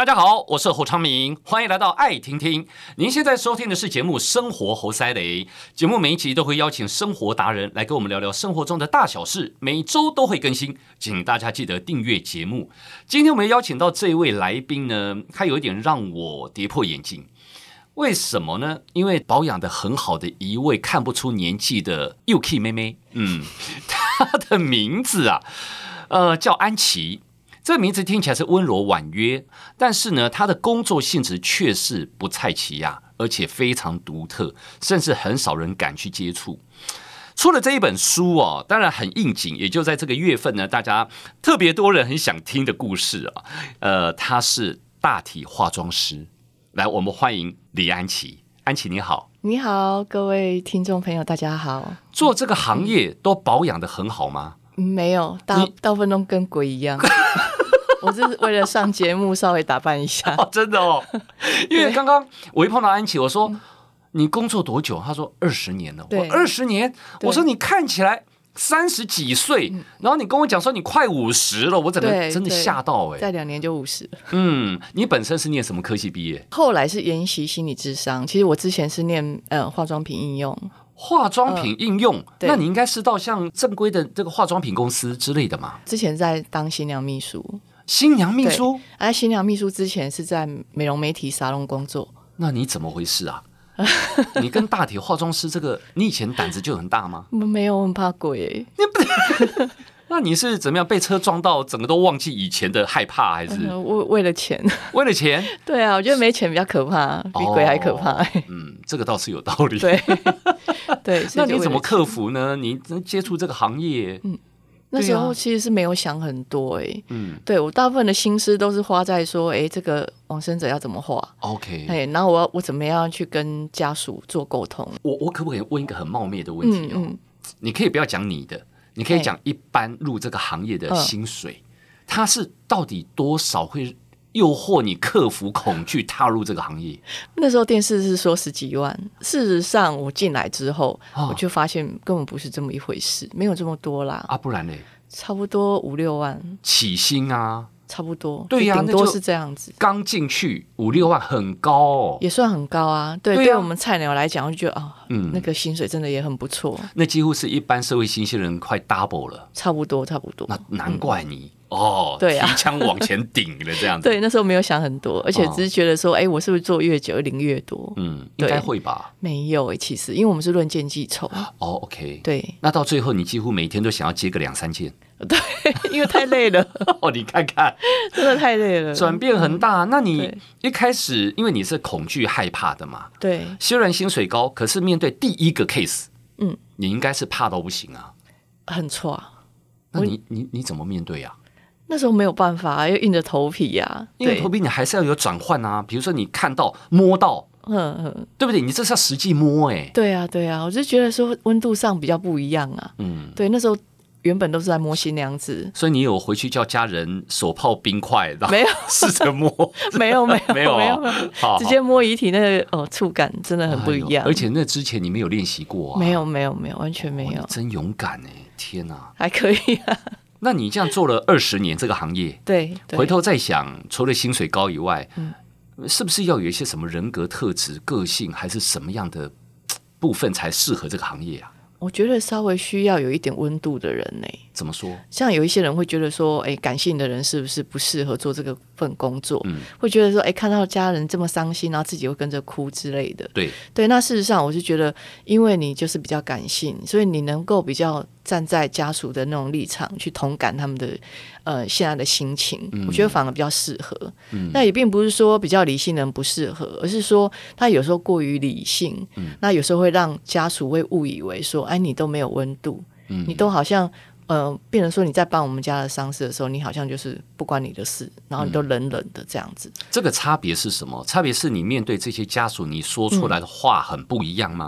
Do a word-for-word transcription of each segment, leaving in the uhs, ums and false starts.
大家好，我是侯昌明，欢迎来到爱听听。您现在收听的是节目《生活猴塞雷》，节目每一集都会邀请生活达人来跟我们聊聊生活中的大小事，每周都会更新，请大家记得订阅节目。今天我们邀请到这一位来宾呢，他有一点让我跌破眼镜。为什么呢？因为保养得很好的一位看不出年纪的幼 K 妹妹，嗯，她的名字啊，呃，叫安琪。这个名字听起来是温柔婉约，但是呢，他的工作性质却是不菜奇亚，而且非常独特，甚至很少人敢去接触。出了这一本书哦，当然很应景，也就在这个月份呢，大家特别多人很想听的故事啊。呃，他是大体化妆师，来，我们欢迎李安琪。安琪你好。 你好，各位听众朋友，大家好。 做这个行业都保养得很好吗？ 没有，大大部分都跟鬼一样。我是为了上节目稍微打扮一下。 哦，真的哦，因为刚刚我一碰到安琪，我说、嗯、你工作多久？他说二十年了。我二十年，我说你看起来三十几岁、嗯，然后你跟我讲说你快五十了，我整个真的吓到哎、欸！ 再两年就五十。 嗯，你本身是念什么科系毕业？ 后来是研习心理諮商。其实我之前是念呃化妆品应用。 化妆品应用、呃，那你应该是到像正规的这个化妆品公司之类的嘛？ 之前在当新娘秘书。 新娘秘书？ 哎，新娘秘书之前是在美容媒体沙龙工作。 那你怎么回事啊？你跟大体化妆师这个，你以前胆子就很大吗？ 没有，我很怕鬼、欸。 你不那你是怎么样被车撞到，整个都忘记以前的害怕，还是、 嗯、为为了钱？ 为了钱？ 对啊，我觉得没钱比较可怕，比鬼还可怕、欸。 哦、嗯，这个倒是有道理。 对对， 那你怎么克服呢？你接触这个行业， 嗯。那时候其实是没有想很多哎、欸， 嗯， 对我大部分的心思都是花在说，哎、欸，这个往生者要怎么画 ，OK， 哎，然后我我怎么样去跟家属做沟通？ 我我可不可以问一个很冒昧的问题哦？嗯嗯、你可以不要讲你的，你可以讲一般入这个行业的薪水，它是到底多少会诱惑你克服恐惧踏入这个行业？ 那时候电视是说十几万，事实上我进来之后、哦、我就发现根本不是这么一回事，没有这么多啦。 啊，不然呢？ 差不多五六万起薪啊， 差不多。 对呀、啊， 顶多是这样子。 刚进去五六万很高哦， 也算很高啊。对，对、啊、对我们菜鸟来讲，我就觉得啊、哦，嗯，那个薪水真的也很不错。 那几乎是一般社会新鲜人快 double 了， 差不多，差不多。 那难怪你。嗯哦， 对啊， 提枪往前顶了这样子。 对，那时候没有想很多，而且只是觉得说，哎、欸，我是不是做越久领越多？ 嗯，应该会吧？ 没有哎、欸，其实因为我们是论件计酬。 哦 ，OK， 对。 那到最后，你几乎每天都想要接个两三件。 对，因为太累了。 哦，你看看， 真的太累了， 转变很大。嗯、那你一开始，因为你是恐惧害怕的嘛， 对， 虽然薪水高，可是面对第一个 case， 嗯， 你应该是怕到不行啊， 很错。 那你你你怎么面对啊？ 那时候没有办法，要硬着头皮呀、啊。 硬着头皮，你还是要有转换啊。比如说，你看到、摸到， 嗯嗯， 对不对？你这是要实际摸哎、欸。 对啊，对啊，我就觉得说温度上比较不一样啊。嗯，对，那时候原本都是在摸新娘子， 所以你有回去叫家人手泡冰块，然后没有试着摸？ 没有没有没有没有，直接摸遗体那个哦触感真的很不一样。 哎、而且那之前你没有练习过啊？ 没有没有没有，完全没有。 哦、真勇敢哎、欸！天哪、啊， 还可以啊。 那你这样做了二十年这个行业， 对， 回头再想，除了薪水高以外， 嗯， 是不是要有一些什么人格特质、个性，还是什么样的部分才适合这个行业啊？ 我觉得稍微需要有一点温度的人呢、欸。 怎么说？ 像有一些人会觉得说，哎，感性的人是不是不适合做这个份工作？ 嗯， 会觉得说，哎，看到家人这么伤心，然后自己会跟着哭之类的。 对对，那事实上我是觉得，因为你就是比较感性，所以你能够比较站在家属的那种立场去同感他们的呃现在的心情、嗯，我觉得反而比较适合、嗯。那也并不是说比较理性的人不适合，而是说他有时候过于理性、嗯，那有时候会让家属会误以为说，哎，你都没有温度，嗯、你都好像。呃，变成说你在帮我们家的丧事的时候，你好像就是不关你的事，然后你都冷冷的这样子。 嗯、这个差别是什么？差别是你面对这些家属，你说出来的话很不一样吗？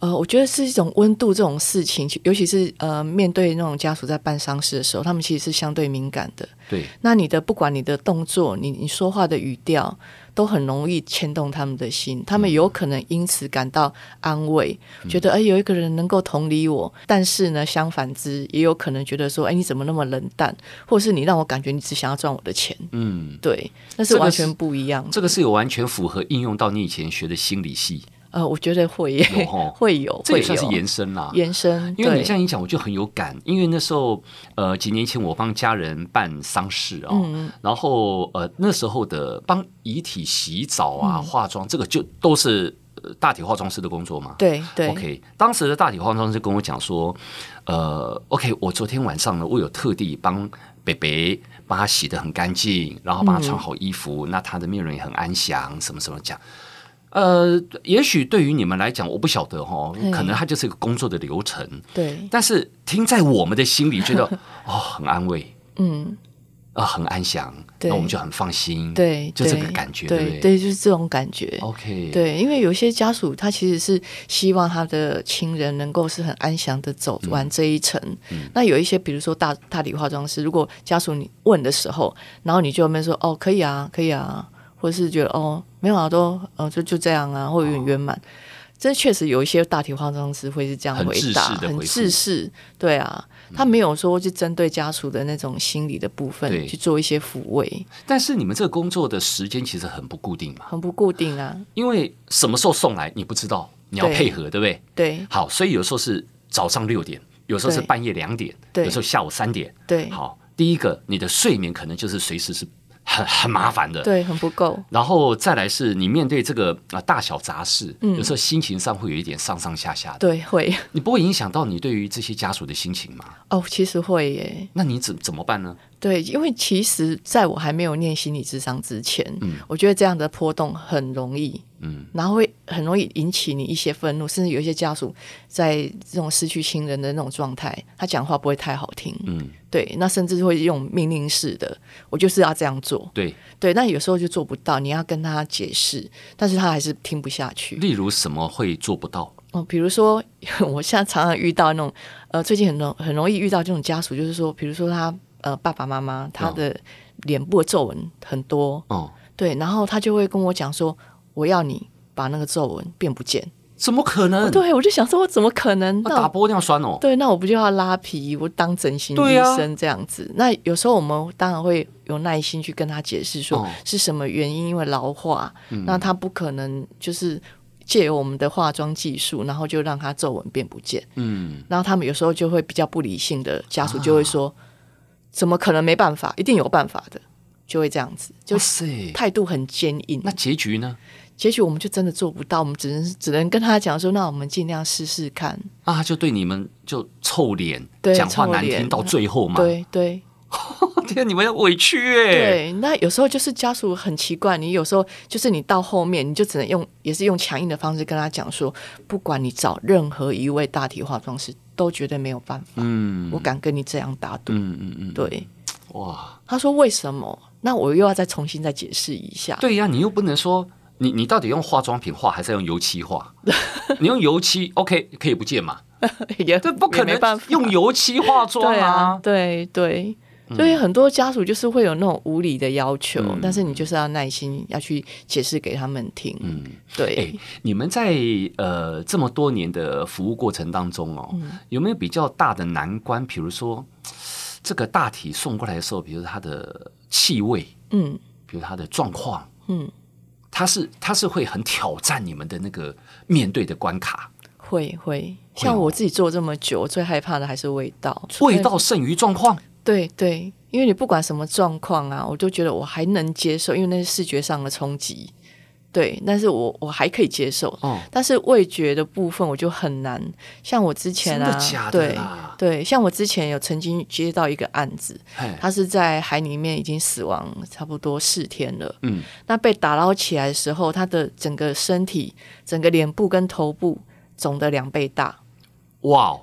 呃，我觉得是一种温度这种事情，尤其是呃面对那种家属在办丧事的时候，他们其实是相对敏感的。 对， 那你的不管你的动作，你你说话的语调，都很容易牵动他们的心，他们有可能因此感到安慰，嗯、觉得哎有一个人能够同理我，但是呢相反之，也有可能觉得说哎你怎么那么冷淡，或是你让我感觉你只想要赚我的钱。嗯，对，那是完全不一样的。 这个是有完全符合应用到你以前学的心理系。 呃，我觉得会耶，有会有， 这也算是延伸啦。 延伸， 因为你这样一讲，我就很有感。因为那时候，呃，几年前我帮家人办丧事哦，嗯、然后呃，那时候的帮遗体洗澡啊、嗯、化妆，这个就都是大体化妆师的工作嘛。 对对。 OK， 当时的大体化妆师跟我讲说，呃 ，OK， 我昨天晚上呢，我有特地帮北北帮他洗得很干净，然后帮他穿好衣服，嗯、那他的面容也很安详，什么什么讲。呃，也许对于你们来讲，我不晓得哈，可能它就是一个工作的流程。 对， 但是听在我们的心里，觉得哦，很安慰，嗯，啊、呃，很安详，那我们就很放心。 对， 就这个感觉， 对对不对？ 对，就是这种感觉。 OK， 对，因为有些家属他其实是希望他的亲人能够是很安详的走完这一程。嗯、那有一些，比如说大大体化妆师，如果家属你问的时候，然后你就没说哦，可以啊，可以啊。或者是觉得哦没有啊都呃就就这样啊，或有点圆满，这确实有一些大体化妆师会是这样回答，很制式，对啊，他没有说去针对家属的那种心理的部分去做一些抚慰。 但是你们这个工作的时间其实很不固定嘛， 很不固定啊， 因为什么时候送来你不知道，你要配合，对不对？ 对， 好，所以有时候是早上六点，有时候是半夜两点，有时候下午三点， 对， 好，第一个你的睡眠可能就是随时是。很很麻烦的， 对，很不够。 然后再来是你面对这个啊大小杂事，嗯、有时候心情上会有一点上上下下的， 对，会。 你不会影响到你对于这些家属的心情吗？ 哦，其实会耶。 那你怎怎么办呢？ 对，因为其实在我还没有念心理咨商之前，嗯，我觉得这样的波动很容易，嗯，然后会很容易引起你一些愤怒，甚至有一些家属在这种失去亲人的那种状态，他讲话不会太好听，嗯，对，那甚至会用命令式的，我就是要这样做， 对对，那有时候就做不到，你要跟他解释，但是他还是听不下去。 例如什么会做不到？ 哦，比如说我现在常常遇到那种，呃，最近很容很容易遇到这种家属，就是说，比如说他。呃，爸爸妈妈他的脸部的皱纹很多，哦，对，然后他就会跟我讲说，我要你把那个皱纹变不见。 怎么可能？ 对，我就想说，我怎么可能？ 那打玻尿酸哦？ 对，那我不就要拉皮，我当整形医生这样子？啊、那有时候我们当然会有耐心去跟他解释说，是什么原因，因为老化，嗯、那他不可能就是借由我们的化妆技术，然后就让他皱纹变不见。嗯，然后他们有时候就会比较不理性的家属就会说。啊怎么可能没办法？一定有办法的，就会这样子，就态度很坚硬。 那结局呢？ 结局我们就真的做不到，我们只能只能跟他讲说，那我们尽量试试看。 啊，他就对你们就臭脸，讲话难听到最后嘛。 对对， 天，你们要委屈哎。 对，那有时候就是家属很奇怪，你有时候就是你到后面，你就只能用也是用强硬的方式跟他讲说，不管你找任何一位大体化妆师。都觉得没有办法，嗯，我敢跟你这样打赌，嗯嗯嗯，对，哇，他说为什么？那我又要再重新再解释一下。 对呀、啊，你又不能说你你到底用化妆品画还是用油漆画？你用油漆 OK 可以不见嘛？ 也这不可能用油漆化妆啊！ 对对。所以很多家属就是会有那种无理的要求，嗯、但是你就是要耐心要去解释给他们听。嗯，对。 欸、你们在呃这么多年的服务过程当中哦，嗯、有没有比较大的难关？比如说这个大体送过来的时候，比如它的气味，嗯，比如它的状况，嗯，它是它是会很挑战你们的那个面对的关卡。 会会，像我自己做这么久，我最害怕的还是味道， 味道胜于状况。 对对，因为你不管什么状况啊，我都觉得我还能接受，因为那是视觉上的冲击。对，但是我我还可以接受。哦，但是味觉的部分我就很难。像我之前啊， 真的假的啦？ 对对，像我之前有曾经接到一个案子，他是在海里面已经死亡差不多四天了。嗯，那被打捞起来的时候，他的整个身体、整个脸部跟头部肿的两倍大。 哇、wow ，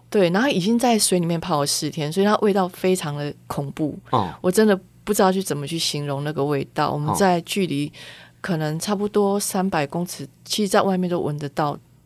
对，然后已经在水里面泡了四天，所以它味道非常的恐怖。哦，我真的不知道去怎么去形容那个味道。我们在距离可能差不多三百公尺，其实在外面都闻得到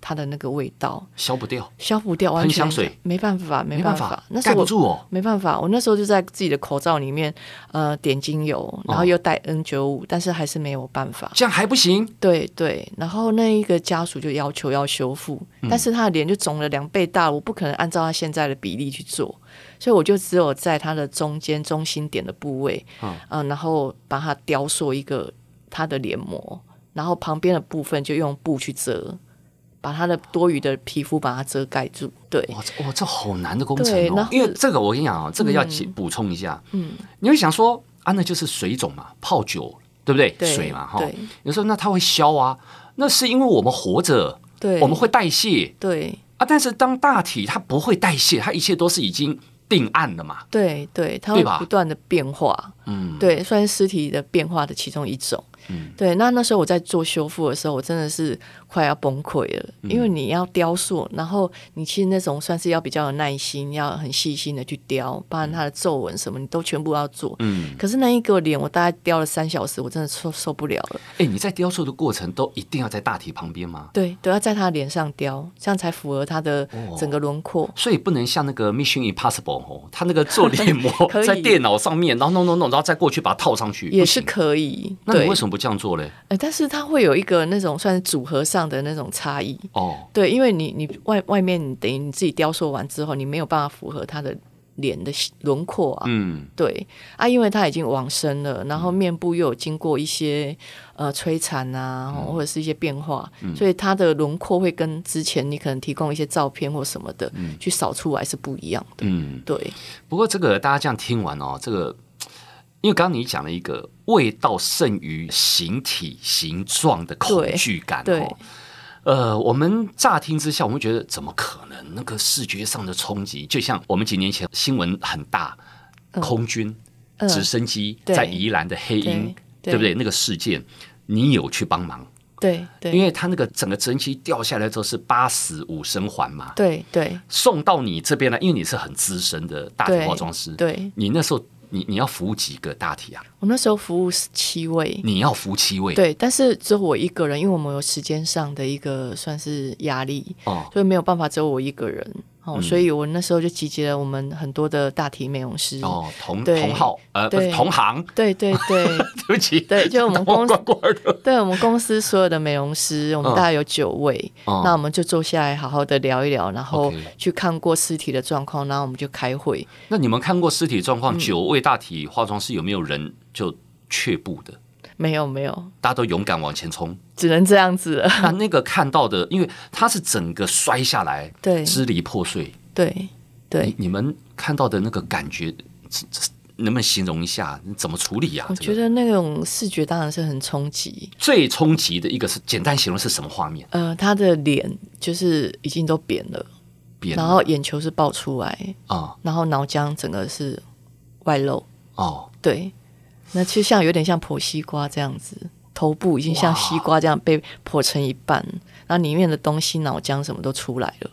它的那个味道， 消不掉， 消不掉，完全喷香水没办法，没办法，那时盖候不住哦， 没办法。我那时候就在自己的口罩里面，呃，点精油，然后又带 N 九十五，但是还是没有办法， 这样还不行。 对对，然后那一个家属就要求要修复， 嗯、 但是他的脸就肿了两倍大，我不可能按照他现在的比例去做，所以我就只有在他的中间中心点的部位，嗯、呃，然后把它雕塑一个他的脸膜，然后旁边的部分就用布去遮。把他的多余的皮肤把它遮盖住，对， 哇，哇，这好难的工程哦。因为这个我跟你讲啊，这个要补充一下，嗯，你会想说啊，那就是水肿嘛，泡酒，对不对？ 对水嘛，哈，有时候那它会消啊，那是因为我们活着， 对， 我们会代谢， 对啊，但是当大体它不会代谢，它一切都是已经定案了嘛， 对对，它会不断的变化，嗯，对，算是尸体的变化的其中一种。嗯，对，那那时候我在做修复的时候，我真的是快要崩溃了，嗯、因为你要雕塑，然后你其实那种算是要比较有耐心，要很细心的去雕，包含它的皱纹什么，你都全部要做。嗯，可是那一个脸，我大概雕了三小时，我真的受受不了了。 哎、欸，你在雕塑的过程都一定要在大体旁边吗？ 对，都要在他脸上雕，这样才符合他的整个轮廓。哦、 所以不能像那个 Mission Impossible 哦，他那个做脸膜在电脑上面，然后弄弄弄，然后再过去把它套上去， 也是可以。 那你为什么不这样做嘞？ 呃，但是它会有一个那种算是组合上的那种差异哦。 对，因为你你外外面你等于你自己雕塑完之后，你没有办法符合它的脸的轮廓啊。嗯，对啊，因为它已经往生了，然后面部又有经过一些呃摧残啊，嗯、或者是一些变化，嗯、所以它的轮廓会跟之前你可能提供一些照片或什么的、嗯、去扫出来是不一样的。嗯，对。 不过这个大家这样听完哦，这个。因为刚刚你讲了一个味道胜于形体形状的恐惧感， 对，对呃，我们乍听之下，我们觉得怎么可能？那个视觉上的冲击，就像我们几年前新闻很大，嗯、空军、嗯、直升机在宜兰的黑鹰，对, 对不对？那个事件，你有去帮忙？ 对对， 因为他那个整个直升机掉下来之后是八死五生还嘛， 对对， 送到你这边来，因为你是很资深的大体化妆师， 对，对你那时候。你你要服务几个大体啊？ 我那时候服务七位。 你要服务七位？ 对，但是只有我一个人，因为我们有时间上的一个算是压力，哦，所以没有办法只有我一个人。哦，嗯、所以我那时候就集结了我们很多的大体美容师哦，同同号呃不是同行， 对对对， 对不起， 对，就我们公司，对我们公司所有的美容师，我们大概有九位，嗯、那我们就坐下来好好的聊一聊，然后去看过尸体的状况，然后我们就开会。 那你们看过尸体状况，九、嗯、位大体化妆师有没有人就却步的？ 没有没有， 大家都勇敢往前冲， 只能这样子了。 那那个看到的，因为他是整个摔下来， 对， 支离破碎， 对对你，你们看到的那个感觉，能不能形容一下？怎么处理啊？ 我觉得那种视觉当然是很冲击。 最冲击的一个是简单形容是什么画面？ 呃，他的脸就是已经都扁了， 扁了， 然后眼球是爆出来啊，哦、然后脑浆整个是外露哦，对。那其实像有点像剖西瓜这样子，头部已经像西瓜这样被剖成一半，然后里面的东西脑浆什么都出来了，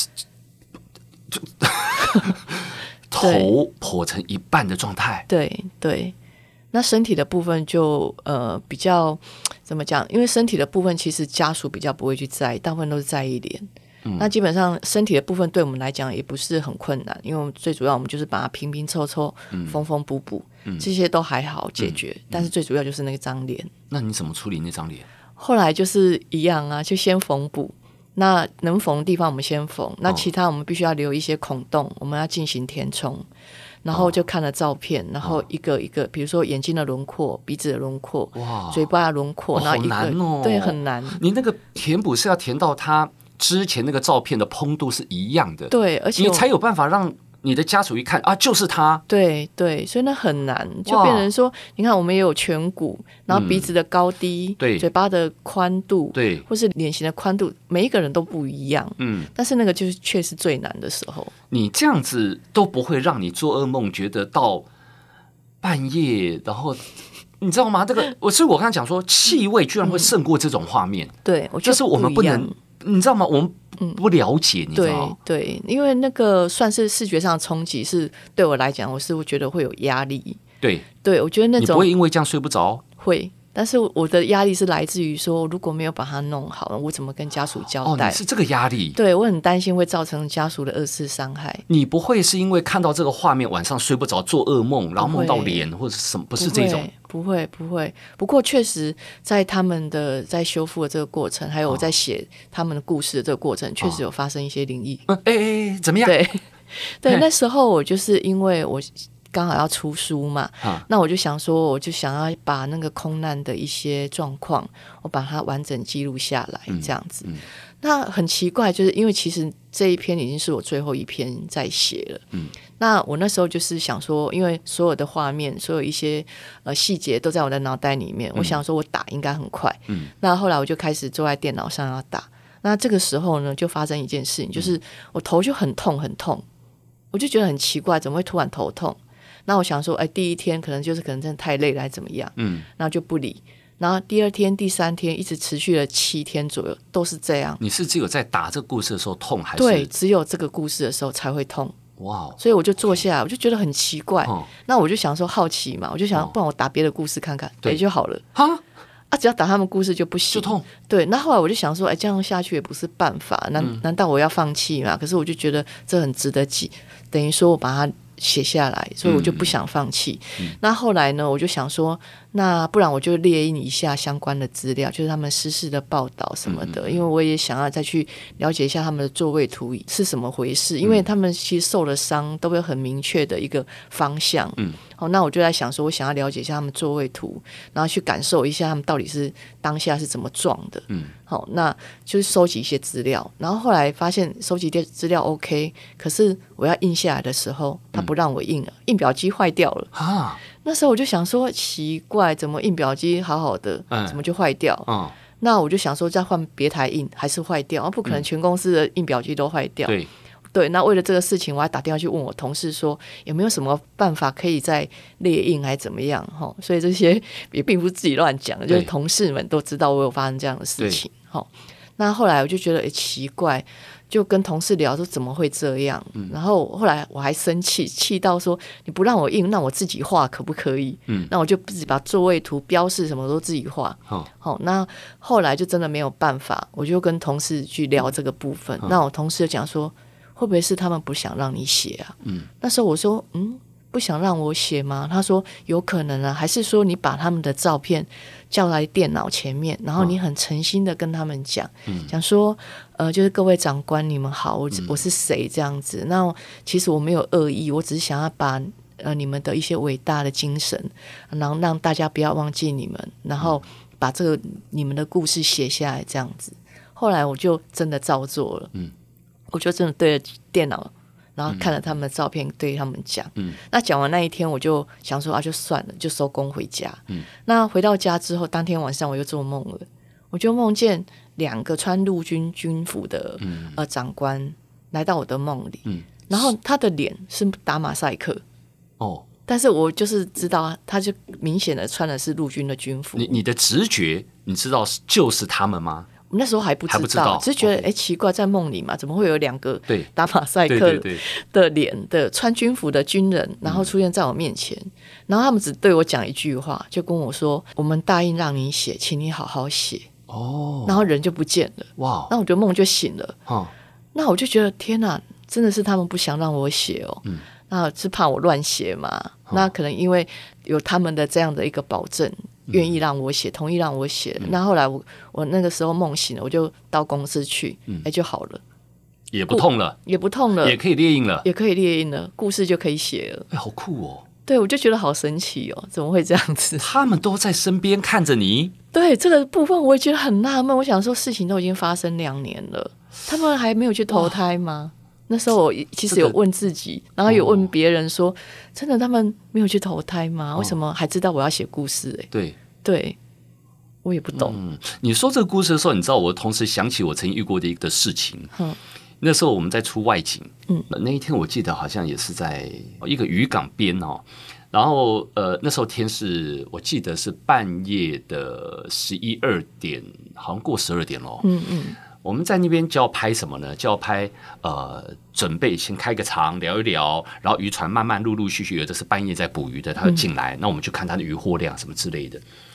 头剖成一半的状态。 对对，那身体的部分就呃比较怎么讲？因为身体的部分其实家属比较不会去在意，大部分都是在意脸。那基本上身体的部分对我们来讲也不是很困难，因为我们最主要我们就是把它平平凑凑、嗯、缝缝补补、嗯，这些都还好解决、嗯嗯。但是最主要就是那个张脸。 那你怎么处理那张脸？ 后来就是一样啊，就先缝补。那能缝的地方我们先缝，那其他我们必须要留一些孔洞，我们要进行填充。然后就看了照片，然后一个一个，比如说眼睛的轮廓、鼻子的轮廓、嘴巴的轮廓，然后一个、 好难哦， 对，很难。 你那个填补是要填到它之前那个照片的蓬度是一样的， 对，而且你才有办法让你的家属一看啊，就是他。 对对，所以那很难，就变成说，你看我们也有颧骨，然后鼻子的高低，嗯、对，嘴巴的宽度， 对， 或是脸型的宽度，每一个人都不一样，嗯，但是那个就是确实最难的时候。 你这样子都不会让你做噩梦，觉得到半夜，然后。你知道吗？这个我所以我刚才讲说，气味居然会胜过这种画面。 嗯、对，我觉得就是我们不能，你知道吗？我们不了解，嗯、你知道吗？ 对对，因为那个算是视觉上的冲击，是对我来讲，我是会觉得会有压力。 对， 对我觉得那种你不会因为这样睡不着。 会， 但是我的压力是来自于说，如果没有把它弄好，我怎么跟家属交代？ 哦，你是这个压力？ 对，我很担心会造成家属的二次伤害。 你不会是因为看到这个画面晚上睡不着，做噩梦，然后梦到脸或者什么？不是这种。 不会不会，不过确实在他们的在修复的这个过程，还有我在写他们的故事的这个过程，确、哦、实有发生一些灵异。 哎哎哎，怎么样？ 对对，那时候我就是因为我刚好要出书嘛、啊，那我就想说，我就想要把那个空难的一些状况，我把它完整记录下来，这样子。嗯嗯，那很奇怪，就是因为其实这一篇已经是我最后一篇在写了。嗯，那我那时候就是想说，因为所有的画面，所有一些呃细节都在我的脑袋里面，嗯、我想说我打应该很快。嗯，那后来我就开始坐在电脑上要打。那这个时候呢，就发生一件事情，就是我头就很痛很痛，我就觉得很奇怪，怎么会突然头痛？那我想说，哎，第一天可能就是可能真的太累了，还怎么样？嗯，然后就不理。然后第二天、第三天，一直持续了七天左右，都是这样。 你是只有在打这个故事的时候痛，还是？ 对，只有这个故事的时候才会痛。 哇！ 所以我就坐下来，我就觉得很奇怪。哦、那我就想说好奇嘛，我就想，不然我打别的故事看看，哎、哦、就好了。哈啊，只要打他们故事就不行， 就痛。 对，那后来我就想说，哎，这样下去也不是办法，难、嗯、难道我要放弃吗？可是我就觉得这很值得记，等于说我把它写下来，所以我就不想放弃、嗯嗯、那后来呢我就想说，那不然我就列印一下相关的资料，就是他们失事的报道什么的、嗯、因为我也想要再去了解一下他们的座位图是什么回事，因为他们其实受了伤都有很明确的一个方向。嗯，好，那我就在想说，我想要了解一下他们座位图，然后去感受一下他们到底是当下是怎么撞的。嗯，好，那就是收集一些资料，然后后来发现收集资料 OK， 可是我要印下来的时候，他不让我印了，印表机坏掉了啊。那时候我就想说，奇怪，怎么印表机好好的，嗯、怎么就坏掉？嗯，那我就想说，再换别台印还是坏掉，不可能全公司的印表机都坏掉。 对。 对，那为了这个事情，我还打电话去问我同事说，有没有什么办法可以再列印，还怎么样？所以这些也并不是自己乱讲的，就是同事们都知道我有发生这样的事情。那后来我就觉得，欸，奇怪，就跟同事聊说怎么会这样？嗯、然后后来我还生气，气到说你不让我印，那我自己画可不可以？嗯，那我就自己把座位图、标示什么都自己画。好、哦，那后来就真的没有办法，我就跟同事去聊这个部分。嗯、那我同事就讲说，会不会是他们不想让你写啊？嗯，那时候我说，嗯，不想让我写吗？他说有可能啊，还是说你把他们的照片叫来电脑前面，然后你很诚心的跟他们讲，讲、嗯、说，呃，就是各位长官你们好，我我是谁这样子。那其实我没有恶意，我只是想要把呃你们的一些伟大的精神，然后让大家不要忘记你们，然后把这个你们的故事写下来这样子。后来我就真的照做了，嗯。我就真的对着电脑，然后看了他们的照片，对他们讲。嗯，那讲完那一天，我就想说啊，就算了，就收工回家。嗯，那回到家之后，当天晚上我又做梦了，我就梦见两个穿陆军军服的、嗯、呃长官来到我的梦里。嗯，然后他的脸是打马赛克。哦，但是我就是知道，他就明显的穿的是陆军的军服。 你你的直觉，你知道就是他们吗？ 我那时候还不知道， 不知道只是觉得哎、okay. 奇怪，在梦里嘛，怎么会有两个打马赛克的脸的穿军服的军人，然后出现在我面前、嗯、然后他们只对我讲一句话，就跟我说，我们答应让你写，请你好好写。哦，然后人就不见了。哇，那我觉得梦就醒了、哦、那我就觉得天哪，真的是他们不想让我写哦、嗯、那是怕我乱写嘛、哦、那可能因为有他们的这样的一个保证，愿意让我写，同意让我写、嗯、那后来我我那个时候梦醒了，我就到公司去，哎、嗯欸、就好了， 也不痛了， 也不痛了， 也可以列印了， 也可以列印了，故事就可以写了。 哎、欸，好酷哦！ 对，我就觉得好神奇哦，怎么会这样子？ 他们都在身边看着你。 对，这个部分我也觉得很纳闷，我想说事情都已经发生两年了，他们还没有去投胎吗？那时候我其实有问自己、这个、然后有问别人说、哦、真的他们没有去投胎吗、哦、为什么还知道我要写故事、欸、 对对，我也不懂、 嗯、你说这个故事的时候，你知道我同时想起我曾经遇过的一个事情、嗯、那时候我们在出外景、嗯、那一天我记得好像也是在一个渔港边哦，然后呃那时候天是我记得是半夜的十一二点，好像过十二点咯。嗯嗯，我们在那边就要拍什么呢？就要拍呃，准备先开个场聊一聊，然后渔船慢慢陆陆续续，有的是半夜在捕鱼的，他会进来、嗯，那我们就看他的渔获量什么之类的。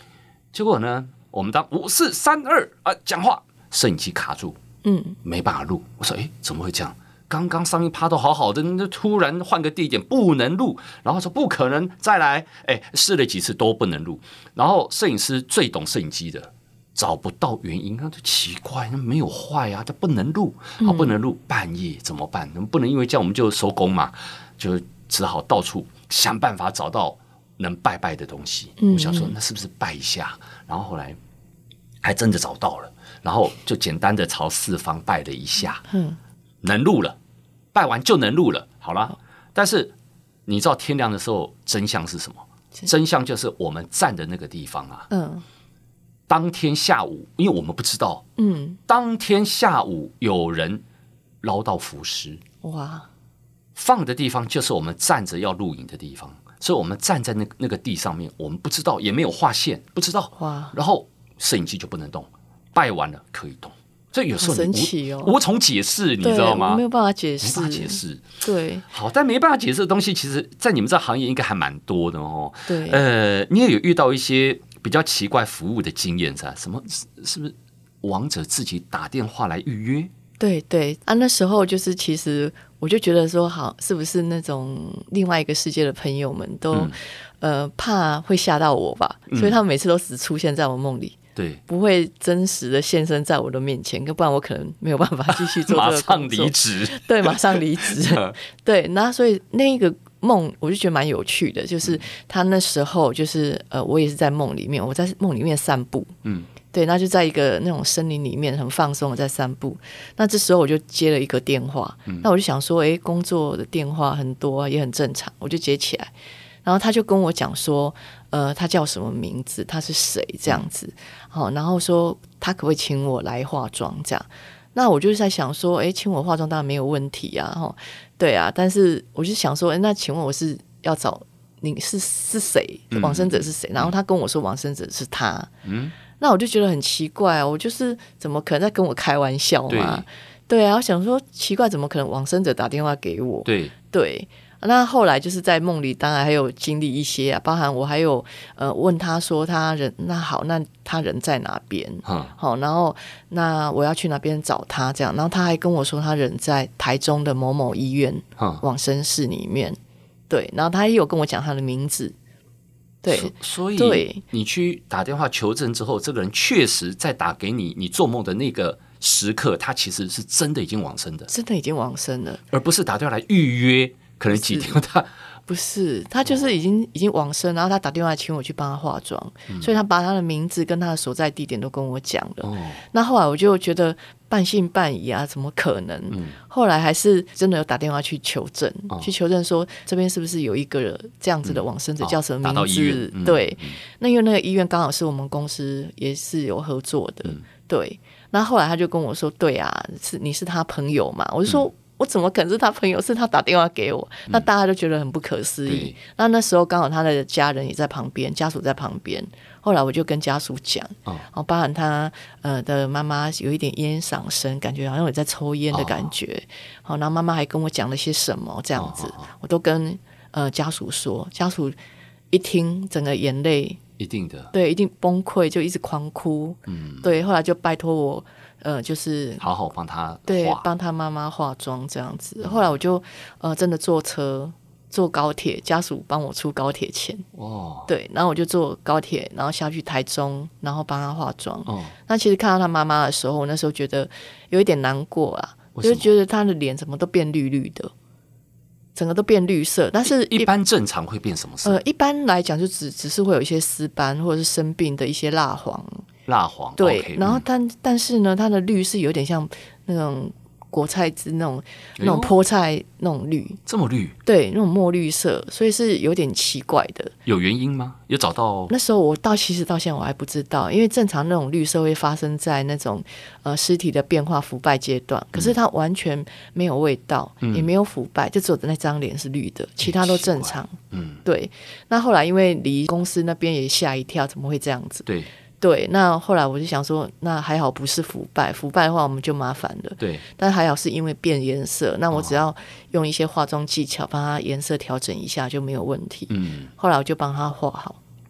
结果呢，我们当五四三二啊讲话，摄影机卡住， 嗯， 没办法录。我说，哎，怎么会这样？刚刚上一趴都好好的，那突然换个地点不能录，然后说不可能，再来，哎，试了几次都不能录。然后摄影师最懂摄影机的，找不到原因，他就奇怪，那没有坏啊，这不能录，好不能录，半夜怎么办？不能因为这样我们就收工嘛，就只好到处想办法找到能拜拜的东西。我想说，那是不是拜一下？然后后来还真的找到了，然后就简单的朝四方拜了一下，嗯，能录了。拜完就能录了，好了。但是你知道天亮的时候真相是什么？真相就是我们站的那个地方啊。嗯。当天下午，因为我们不知道，嗯，当天下午有人捞到浮尸，哇！放的地方就是我们站着要录影的地方，所以我们站在那那个地上面，我们不知道，也没有划线，不知道。哇！然后摄影机就不能动，拜完了可以动。所以有时候你无、哦、无从解释，你知道吗？ 我没有办法解释， 没办法解释。 对， 好，但没办法解释的东西，其实，在你们这行业应该还蛮多的哦。 对， 呃，你也有遇到一些比较奇怪服务的经验，是吧？什么？是不是亡者自己打电话来预约？ 对对啊，那时候就是其实我就觉得说，好，是不是那种另外一个世界的朋友们都、嗯、呃怕会吓到我吧？所以他们每次都只出现在我梦里。 对， 不会真实的现身在我的面前，不然我可能没有办法继续做这个工作。马上离职， 对，马上离职。对，那所以那个梦我就觉得蛮有趣的，就是他那时候就是呃，我也是在梦里面，我在梦里面散步，嗯，对，那就在一个那种森林里面很放松的在散步。那这时候我就接了一个电话，嗯、那我就想说，哎，工作的电话很多也很正常，我就接起来。然后他就跟我讲说，呃，他叫什么名字，他是谁这样子，好、嗯，然后说他可不可以请我来化妆这样。那我就在想说，哎，请我化妆当然没有问题啊，哈，对啊，但是我就想说，哎，那请问我是要找你是是谁？往生者是谁？嗯、然后他跟我说往生者是他，嗯，那我就觉得很奇怪啊，我就是怎么可能在跟我开玩笑嘛？对，对啊，我想说奇怪，怎么可能往生者打电话给我？ 对对。那后来就是在梦里，当然还有经历一些啊，包含我还有呃问他说他人那好，那他人在哪边？嗯、好，然后那我要去哪边找他这样，然后他还跟我说他人在台中的某某医院、嗯、往生室里面，对，然后他也有跟我讲他的名字，对， 所以你去打电话求证之后，这个人确实在打给你，你做梦的那个时刻，他其实是真的已经往生的， 真的已经往生了， 而不是打电话来预约。可能几天他不是，他就是已经已经往生，然后他打电话请我去帮他化妆、嗯，所以他把他的名字跟他的所在地点都跟我讲了、哦。那后来我就觉得半信半疑啊，怎么可能？嗯、后来还是真的有打电话去求证，哦、去求证说这边是不是有一个这样子的往生者、嗯、叫什么名字？嗯、对、嗯，那因为那个医院刚好是我们公司也是有合作的，嗯、对。那后来他就跟我说：“对啊，是你是他朋友嘛？”我就说。嗯我怎么可能是他朋友？是他打电话给我，那大家就觉得很不可思议。嗯、那那时候刚好他的家人也在旁边，家属在旁边。后来我就跟家属讲，哦，包含他呃的妈妈有一点烟嗓声，感觉好像有在抽烟的感觉。好、哦，然后妈妈还跟我讲了些什么，这样子，哦、我都跟呃家属说。家属一听，整个眼泪一定的， 对，一定崩溃，就一直狂哭。嗯，对，后来就拜托我。呃，就是好好帮他对，帮他妈妈化妆这样子。后来我就呃真的坐车坐高铁，家属帮我出高铁钱哦。对，然后我就坐高铁，然后下去台中，然后帮他化妆。哦，那其实看到他妈妈的时候，我那时候觉得有一点难过啦，就觉得他的脸怎么都变绿绿的，整个都变绿色。但是一般正常会变什么色？ 呃，一般来讲就只只是会有一些丝斑，或者是生病的一些蜡黄。 蜡黄对， okay, 然后但、嗯、但是呢，它的绿是有点像那种果菜汁那种那种菠菜那种绿， 这么绿？ 对，那种墨绿色，所以是有点奇怪的。 有原因吗？有找到？ 那时候我到其实到现在我还不知道，因为正常那种绿色会发生在那种呃尸体的变化腐败阶段，可是它完全没有味道，嗯、也没有腐败，就只有那张脸是绿的，其他都正常。嗯，对。那后来因为离公司那边也吓一跳，怎么会这样子？ 对。 对，那后来我就想说，那还好不是腐败，腐败的话我们就麻烦了。 对， 但还好是因为变颜色，那我只要用一些化妆技巧帮它颜色调整一下就没有问题。嗯，后来我就帮他画好。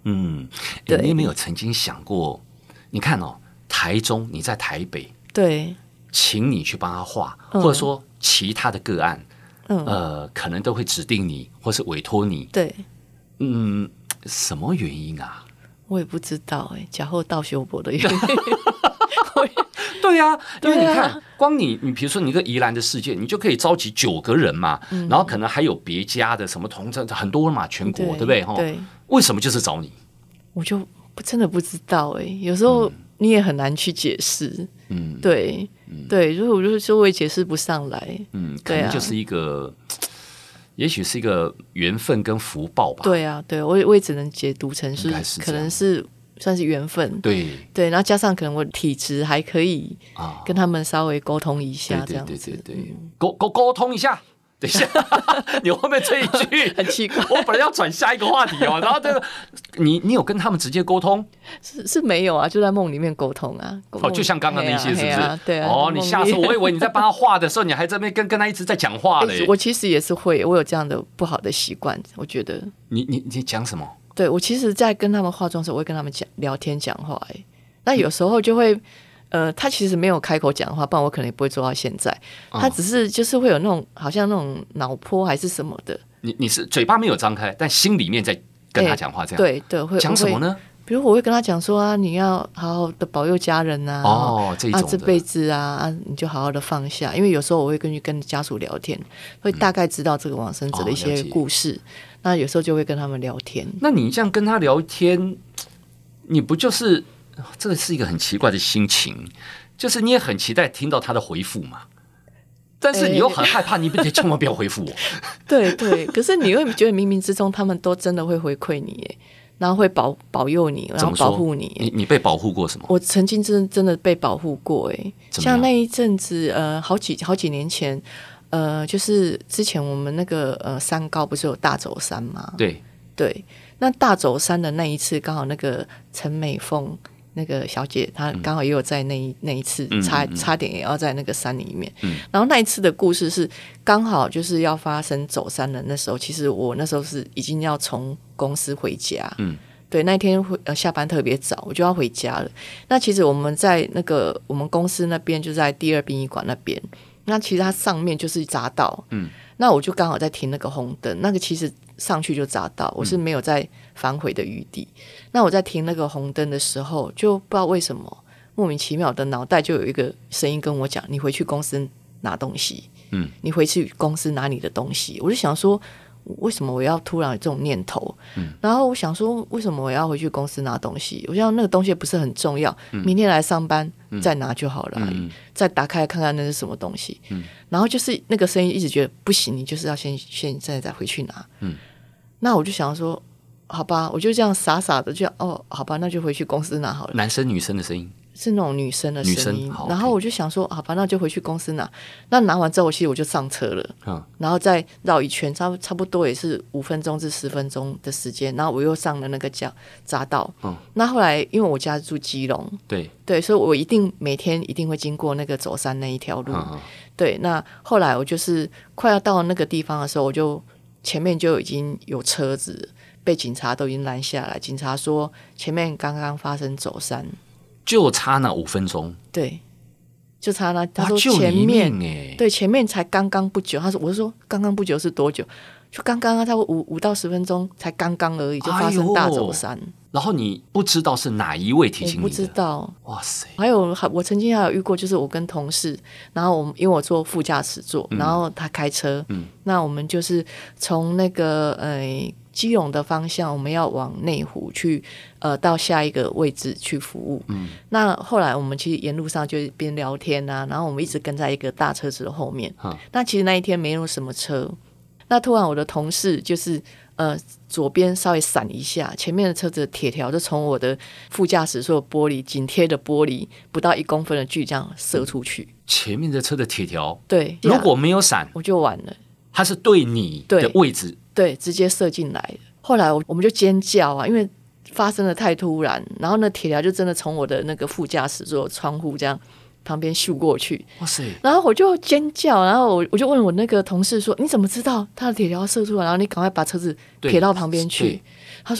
嗯，欸、你有没有曾经想过？你看哦，台中你在台北， 对， 请你去帮他画， 嗯、 或者说其他的个案， 嗯， 呃，可能都会指定你，或是委托你。 对， 嗯，什么原因啊？ 我也不知道哎、欸，假后道修博的原因。 对呀、啊，因为你看， 啊、 光你你比如说你一个宜兰的事件，你就可以召集九个人嘛，嗯、然后可能还有别家的什么同镇很多嘛，全国 对, 对不对？ 对， 为什么就是找你？ 我就真的不知道哎、欸，有时候你也很难去解释。嗯，对，嗯、对，如果我就说我也解释不上来， 嗯，可能就是一个，啊、也许是一个缘分跟福报吧。 对啊，对我也我也只能解读成是，是可能是。算是缘分， 对对，然后加上可能我体质还可以跟他们稍微沟通一下，这样子， 对对对对，沟沟沟通一下。等一下，你后面这一句很奇怪， 我本来要转下一个话题哦，然后这个你你有跟他们直接沟通？ 是是没有啊，就在梦里面沟通啊。 哦，就像刚刚那些是不是？ 啊对啊。 哦，你吓死我，我以为你在帮他画的时候，你还在那边跟跟他一直在讲话嘞。 我其实也是会，我有这样的不好的习惯，我觉得。 你你你讲什么？ 对，我其实在跟他们化妆的时候，我会跟他们讲聊天讲话、欸，那有时候就会，呃，他其实没有开口讲话，不然我可能也不会做到现在。他只是就是会有那种好像那种脑波还是什么的。 你你是嘴巴没有张开，但心里面在跟他讲话，这样、 欸、对对会讲什么呢？ 比如我会跟他讲说啊，你要好好的保佑家人啊， 哦，这一种的啊，这辈子啊啊，你就好好的放下。因为有时候我会根据跟家属聊天，会大概知道这个往生者的一些故事。哦，那有时候就会跟他们聊天。 那你这样跟他聊天，你不就是这个是一个很奇怪的心情，就是你也很期待听到他的回复嘛，但是你又很害怕，你千万不要回复我。 对对，可是你会觉得冥冥之中他们都真的会回馈你耶，然后会保保佑你，然后保护你。 你你被保护过什么？ 我曾经真真的被保护过哎，像那一阵子呃，好几好几年前。呃，就是之前我们那个呃山高不是有大走山吗？ 对对，那大走山的那一次，刚好那个陈美凤那个小姐，她刚好也有在那一、嗯、那一次差差点也要在那个山里面。嗯、然后那一次的故事是刚好就是要发生走山的那时候，其实我那时候是已经要从公司回家。嗯。对，那天呃下班特别早，我就要回家了。那其实我们在那个我们公司那边，就在第二殡仪馆那边。那其实它上面就是匝道，嗯，那我就刚好在停那个红灯，那个其实上去就匝道，我是没有在反悔的余地。嗯、那我在停那个红灯的时候，就不知道为什么莫名其妙的脑袋就有一个声音跟我讲：“你回去公司拿东西。”嗯，你回去公司拿你的东西。我就想说，为什么我要突然有这种念头？嗯，然后我想说，为什么我要回去公司拿东西？我想那个东西不是很重要，嗯、明天来上班。再拿就好了而已，嗯、再打开看看那是什么东西。嗯、然后就是那个声音一直觉得不行，你就是要先现在再回去拿。嗯、那我就想说，好吧，我就这样傻傻的就哦，好吧，那就回去公司拿好了。 男生女生的声音是那种女生的声音， 然后我就想说，好吧，那就回去公司拿。那拿完之后，其实我就上车了，嗯、然后再绕一圈，差差不多也是五分钟至十分钟的时间。然后我又上了那个匝匝道。嗯、那后来因为我家住基隆， 对对，所以我一定每天一定会经过那个走山那一条路。嗯、对，那后来我就是快要到那个地方的时候，我就前面就已经有车子被警察都已经拦下来，警察说前面刚刚发生走山。 就差那五分钟， 对，就差那。他说前面，对，前面才刚刚不久。他说，我就说刚刚不久是多久？就刚刚啊，差不多五五到十分钟，才刚刚而已，就发生大走山。哎、 然后你不知道是哪一位提醒你的？ 我不知道。 哇塞！ 还有，我曾经还有遇过，就是我跟同事，然后我们因为我坐副驾驶座，嗯、然后他开车，嗯、那我们就是从那个呃。基隆的方向，我们要往内湖去，呃，到下一个位置去服务。嗯，那后来我们其实沿路上就边聊天啊，然后我们一直跟在一个大车子的后面。嗯、那其实那一天没有什么车，那突然我的同事就是呃左边稍微闪一下，前面的车子的铁条就从我的副驾驶座玻璃紧贴的玻璃不到一公分的距离这样射出去。 前面的车的铁条， 对， 如果没有闪， 我就完了。 它是对你的位置。 对，直接射进来。后来我们就尖叫啊，因为发生的太突然，然后那铁条就真的从我的那个副驾驶座窗户这样旁边咻过去。 哇塞！ 然后我就尖叫，然后我我就问我那个同事说：“你怎么知道他的铁条要射出来？然后你赶快把车子撇到旁边去。”他说：“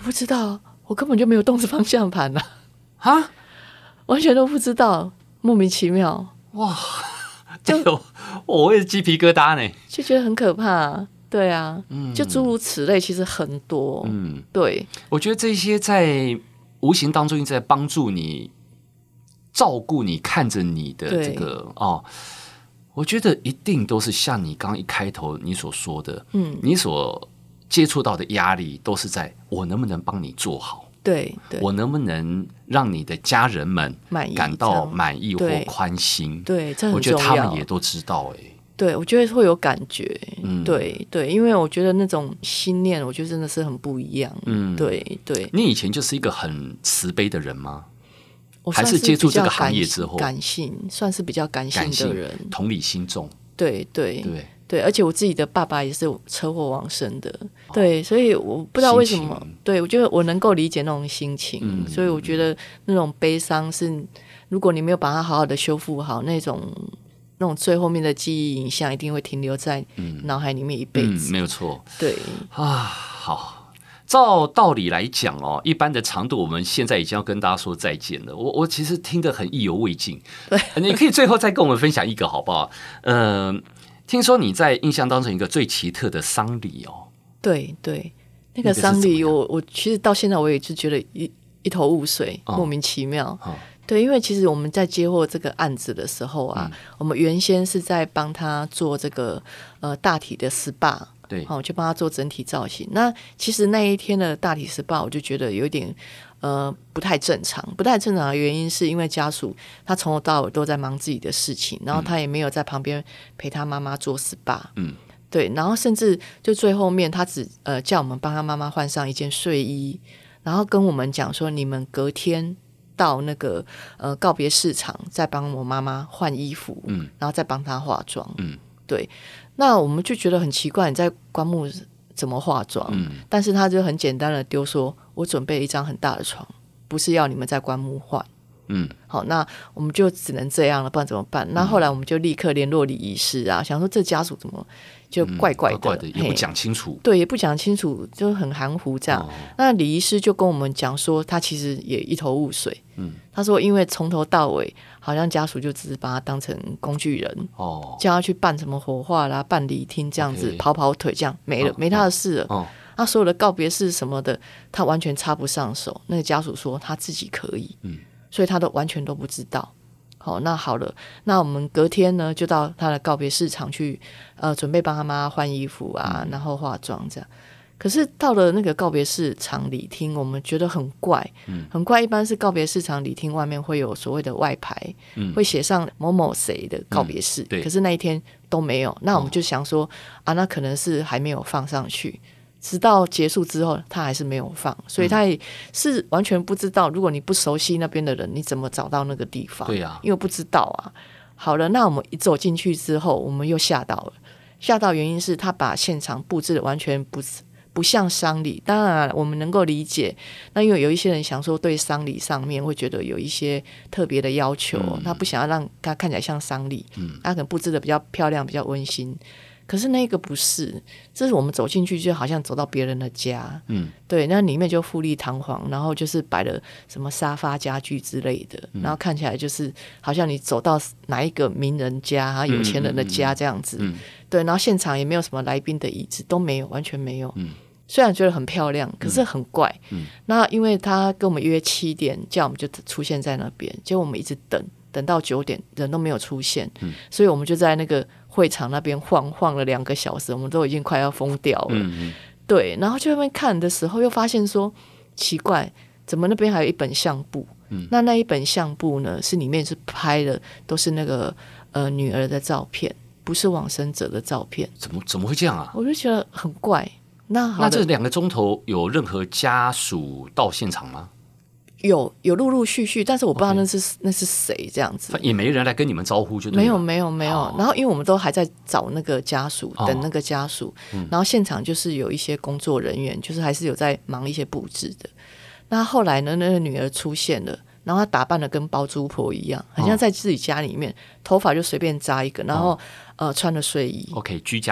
我不知道，我根本就没有动这方向盘啊， 啊， 完全都不知道，莫名其妙， 哇，就我也鸡皮疙瘩呢， 就觉得很可怕。对啊，嗯、就诸如此类，其实很多。嗯，对， 我觉得这些在无形当中一直在帮助你、照顾你、看着你的这个哦，我觉得一定都是像你刚刚一开头你所说的，嗯，你所接触到的压力都是在我能不能帮你做好。 对，对， 我能不能让你的家人们感到满意或宽心？ 对，这很重要。 我觉得他们也都知道、欸，哎。 对，我觉得会有感觉，嗯、对对，因为我觉得那种心念，我觉得真的是很不一样，嗯，对对。 你以前就是一个很慈悲的人吗？ 我还是接触这个行业之后， 感性算是比较感性的人， 同理心重， 对对对对，而且我自己的爸爸也是车祸往生的，哦、对，所以我不知道为什么，对我觉得我能够理解那种心情，嗯、所以我觉得那种悲伤是，如果你没有把它好好的修复好，那种。那种最后面的记忆影像一定会停留在脑海里面一辈子， 嗯嗯、没有错。 对啊，好，照道理来讲哦，一般的长度我们现在已经要跟大家说再见了。我我其实听得很意犹未尽， 对， 你可以最后再跟我们分享一个好不好？呃，听说你在印象当中一个最奇特的丧礼哦， 对对，那个丧礼我我其实到现在我也是觉得一一头雾水，哦、莫名其妙。哦对，因为其实我们在接获这个案子的时候啊，嗯、我们原先是在帮他做这个呃大体的 S P A， 对， 好、哦，就帮他做整体造型。那其实那一天的大体 S P A， 我就觉得有点呃不太正常，不太正常的原因是因为家属他从头到尾都在忙自己的事情，然后他也没有在旁边陪他妈妈做 S P A， 嗯，对，然后甚至就最后面他只呃叫我们帮他妈妈换上一件睡衣，然后跟我们讲说你们隔天。到那个呃告别市场，再帮我妈妈换衣服，嗯，然后再帮她化妆，嗯，对。那我们就觉得很奇怪，你在棺木怎么化妆？嗯，但是他就很简单的丢说，我准备了一张很大的床，不是要你们在棺木换，嗯，好，那我们就只能这样了，不然怎么办？那后来我们就立刻联络礼仪师啊，想说这家属怎么就怪怪的，嗯、 怪怪的也不讲清楚， 对，也不讲清楚，就很含糊这样。哦、那礼仪师就跟我们讲说，他其实也一头雾水。嗯，他说，因为从头到尾，好像家属就只是把他当成工具人，哦，叫他去办什么火化啦、办礼厅这样子， okay, 跑跑腿这样没了，哦、没他的事了。哦，那所有的告别式什么的，他完全插不上手。那个家属说他自己可以，嗯，所以他都完全都不知道。好，那好了，那我们隔天呢，就到他的告别市场去，呃，准备帮他妈换衣服啊，嗯、然后化妆这样。可是到了那个告别市场礼厅，我们觉得很怪，嗯、很怪。一般是告别市场礼厅外面会有所谓的外牌，嗯、会写上某某谁的告别式，嗯、可是那一天都没有。那我们就想说，哦、啊，那可能是还没有放上去。直到结束之后他还是没有放，所以他也是完全不知道，如果你不熟悉那边的人你怎么找到那个地方， 对啊， 因为不知道啊。好了，那我们一走进去之后我们又吓到了，吓到原因是他把现场布置的完全不不像丧礼。当然我们能够理解，那因为有一些人想说对丧礼上面会觉得有一些特别的要求，嗯、他不想要让他看起来像丧礼，嗯、他可能布置的比较漂亮比较温馨，可是那个不是，这是我们走进去就好像走到别人的家，嗯，对，那里面就富丽堂皇，然后就是摆了什么沙发家具之类的，嗯、然后看起来就是好像你走到哪一个名人家、有钱人的家这样子，嗯嗯嗯、对，然后现场也没有什么来宾的椅子都没有，完全没有，嗯，虽然觉得很漂亮，可是很怪，嗯，那因为他跟我们约七点，叫我们就出现在那边，结果我们一直等。等到九点人都没有出现，嗯、所以我们就在那个会场那边晃晃了两个小时，我们都已经快要疯掉了。嗯嗯对，然后去那边看的时候，又发现说奇怪，怎么那边还有一本相簿？嗯、那那一本相簿呢，是里面是拍的都是那个呃女儿的照片，不是往生者的照片。 怎么怎么会这样啊？ 我就觉得很怪。那好那这两个钟头有任何家属到现场吗？ 有有陆陆续续，但是我不知道那是、okay. 那是谁这样子， 也没人来跟你们招呼就对了， 没有没有没有。哦、然后因为我们都还在找那个家属，哦、等那个家属，嗯、然后现场就是有一些工作人员，就是还是有在忙一些布置的。那后来呢，那个女儿出现了，然后她打扮的跟包租婆一样，很像在自己家里面，哦、头发就随便扎一个，然后、哦、呃穿了睡衣 ，OK， 居家感。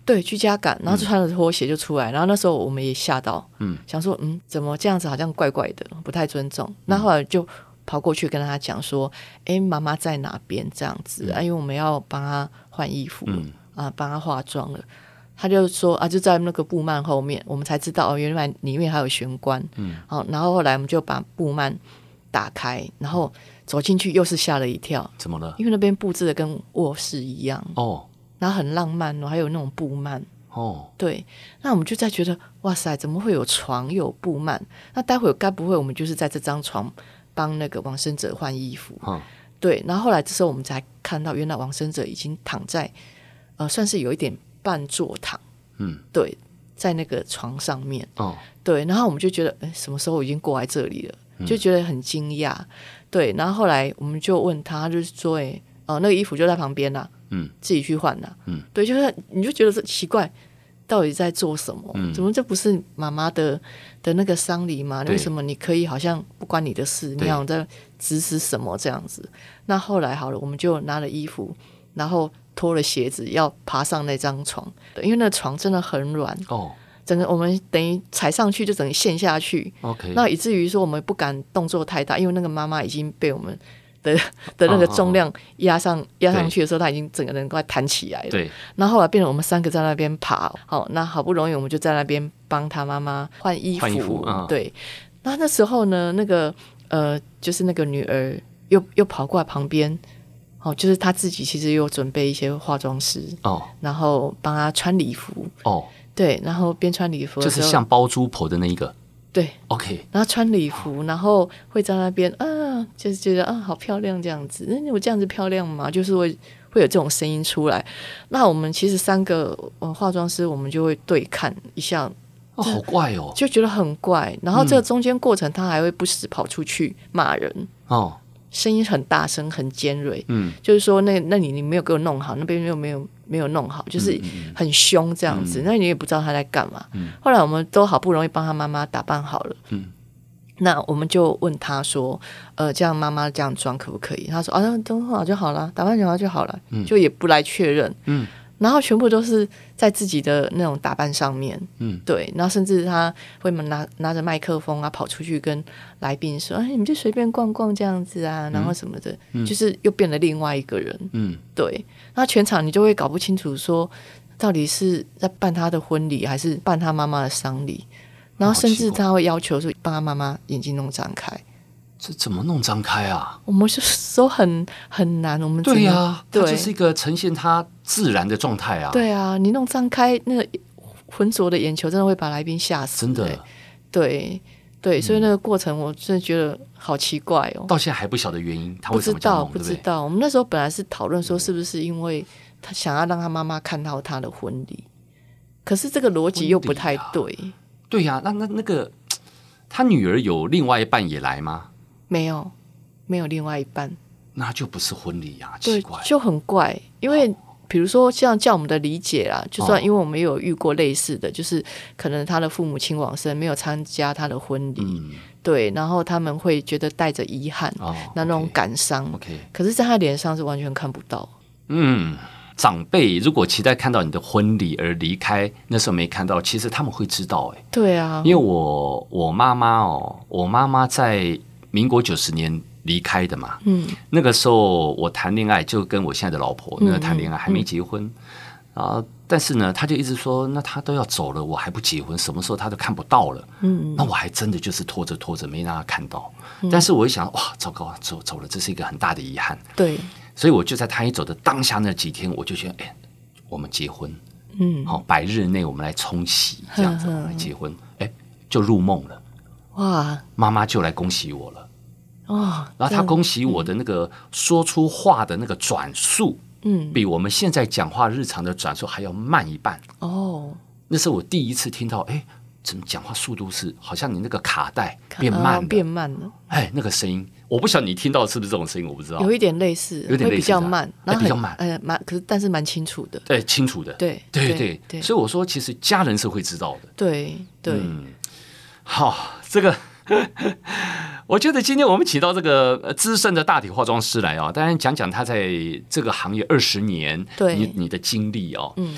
对，居家感，然后就穿着拖鞋就出来，嗯、然后那时候我们也吓到，嗯，想说嗯，怎么这样子好像怪怪的，不太尊重。那、嗯、后来就跑过去跟他讲说，哎，妈妈在哪边这样子、嗯、啊？因为我们要帮他换衣服、嗯、啊，帮他化妆了。他就说啊，就在那个布幔后面，我们才知道哦，原来里面还有玄关。嗯，好，然后后来我们就把布幔打开，然后走进去，又是吓了一跳。 怎么了？ 因为那边布置的跟卧室一样哦，然后很浪漫哦，还有那种布幔哦。对，那我们就在觉得哇塞，怎么会有床又有布幔？那待会该不会我们就是在这张床帮那个往生者换衣服？嗯，对。然后后来这时候我们才看到，原来往生者已经躺在呃，算是有一点。半坐躺，嗯，对，在那个床上面，哦，对，然后我们就觉得，哎，什么时候已经过来这里了，嗯、就觉得很惊讶，对，然后后来我们就问他，他就是说，哎，哦，那个衣服就在旁边啦，嗯，自己去换啦，嗯，对，就是你就觉得奇怪，到底在做什么？嗯、怎么这不是妈妈的的那个丧礼吗？为什么你可以好像不关你的事，你好像在指使什么这样子？那后来好了，我们就拿了衣服，然后。脱了鞋子要爬上那张床，因为那床真的很软哦，整个我们等于踩上去就整个陷下去 ，OK， 那以至于说我们不敢动作太大，因为那个妈妈已经被我们的的那个重量压上、哦、压上去的时候，她已经整个人快弹起来了。对，然后后来变成我们三个在那边爬，好，那好不容易我们就在那边帮她妈妈换衣服，换衣服嗯、对，那那时候呢，那个呃，就是那个女儿又又跑过来旁边。哦，就是他自己其实有准备一些化妆师哦，然后帮他穿礼服哦，对，然后边穿礼服的时候就是像包租婆的那一个， 对 ，OK， 然后穿礼服，然后会在那边啊，就是觉得啊好漂亮这样子，那我这样子漂亮吗？就是会会有这种声音出来。那我们其实三个、呃、化妆师，我们就会对看一下， 哦，好怪哦， 就觉得很怪。然后这个中间过程，他还会不时跑出去骂人哦。声音很大声，很尖锐，嗯，就是说那那你你没有给我弄好，那边又没有没有弄好，就是很凶这样子，嗯、那你也不知道他在干嘛。嗯、后来我们都好不容易帮他妈妈打扮好了，嗯，那我们就问他说，呃，这样妈妈这样装可不可以？他说啊，装好就好了，打扮好就好了，嗯、就也不来确认，嗯。然后全部都是在自己的那种打扮上面，嗯，对，然后甚至他会拿拿着麦克风啊，跑出去跟来宾说：“哎，你们就随便逛逛这样子啊，然后什么的，嗯、就是又变了另外一个人，嗯，对。那全场你就会搞不清楚说，到底是在办他的婚礼，还是办他妈妈的丧礼？然后甚至他会要求说，帮他妈妈眼睛弄张开。” 这怎么弄张开啊？ 我们就说很很难，我们对呀、啊，它就是一个呈现它自然的状态啊。 对啊，你弄张开，那个浑浊的眼球真的会把来宾吓死、欸。 真的， 对对，所以那个过程我真的觉得好奇怪哦。 到现在还不晓得原因，他为什么这样弄？ 不知道，不知道。我们那时候本来是讨论说，是不是因为他想要让他妈妈看到他的婚礼，可是这个逻辑又不太对。 啊、对呀、啊，那那那个他女儿有另外一半也来吗？ 没有，没有另外一半， 那就不是婚礼呀、啊，奇怪， 就很怪。因为比如说，像叫我们的理解啦，就算因为我们有遇过类似的，哦、就是可能他的父母亲往生，没有参加他的婚礼，嗯、对，然后他们会觉得带着遗憾，哦、那那种感伤。 Okay, 可是在他脸上是完全看不到。 嗯，长辈如果期待看到你的婚礼而离开，那时候没看到，其实他们会知道、欸，哎， 对啊， 因为我我妈妈哦，我妈妈在民国九十年离开的嘛，嗯，那个时候我谈恋爱就跟我现在的老婆那个谈恋爱，还没结婚、嗯、啊，但是呢，他就一直说，那他都要走了，我还不结婚，什么时候他都看不到了，嗯，那我还真的就是拖着拖着没让他看到，嗯、但是我一想，哇，糟糕，走走了，这是一个很大的遗憾， 对， 所以我就在他一走的当下那几天，我就觉得，哎，我们结婚，嗯，好、哦，百日内我们来冲喜，这样子我们来结婚，哎，就入梦了。哇！妈妈就来恭喜我了，哦，然后她恭喜我的那个说出话的那个转速，嗯，比我们现在讲话日常的转速还要慢一半。哦，那是我第一次听到，哎，怎么讲话速度是好像你那个卡带变慢了， 哦、变慢了。 哎，那个声音，我不晓得你听到是不是这种声音，我不知道， 有一点类似， 有点类似， 会比较慢，然后比较慢， 呃，蛮可是但是蛮清楚的， 对，清楚的， 对， 对对对对, 对， 所以我说，其实家人是会知道的， 对对。嗯好，这个我觉得今天我们请到这个资深的大体化妆师来啊，当然讲讲他在这个行业二十年， 对你, 你的经历哦。嗯，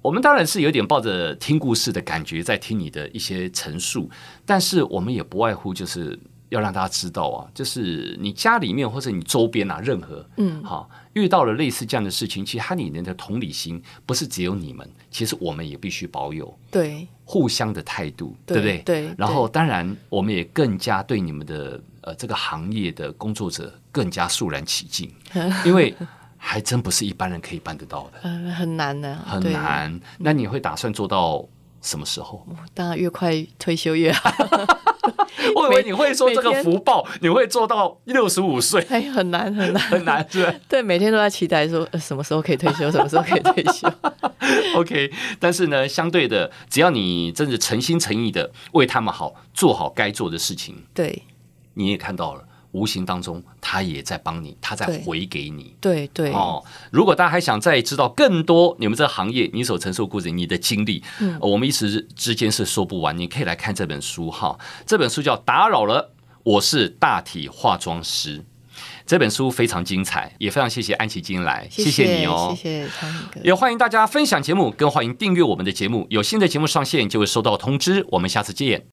我们当然是有点抱着听故事的感觉在听你的一些陈述，但是我们也不外乎就是要让大家知道啊，就是你家里面或者你周边啊，任何嗯，好遇到了类似这样的事情，其实它里面的同理心不是只有你们，其实我们也必须保有对互相的态度，对不对？对。然后当然我们也更加对你们的呃这个行业的工作者更加肃然起敬，因为还真不是一般人可以办得到的， 呃、很难的、啊， 很难。那你会打算做到什么时候？ 当然越快退休越好。 我以为你会说这个福报，你会做到六十五岁， 哎，很难很难很难，对对，每天都在期待说、呃、什么时候可以退休，什么时候可以退休。 OK， 但是呢，相对的，只要你真的诚心诚意的为他们好，做好该做的事情，对，你也看到了。无形当中，他也在帮你，他在回给你。 对对哦，如果大家还想再知道更多你们这个行业你所承受故事、你的经历，嗯，我们一时之间是说不完。你可以来看这本书哈，这本书叫《打扰了，我是大体化妆师》。这本书非常精彩，也非常谢谢安琪今天来， 谢谢, 谢谢你哦， 谢谢昌哥， 也欢迎大家分享节目，更欢迎订阅我们的节目。有新的节目上线就会收到通知。我们下次见。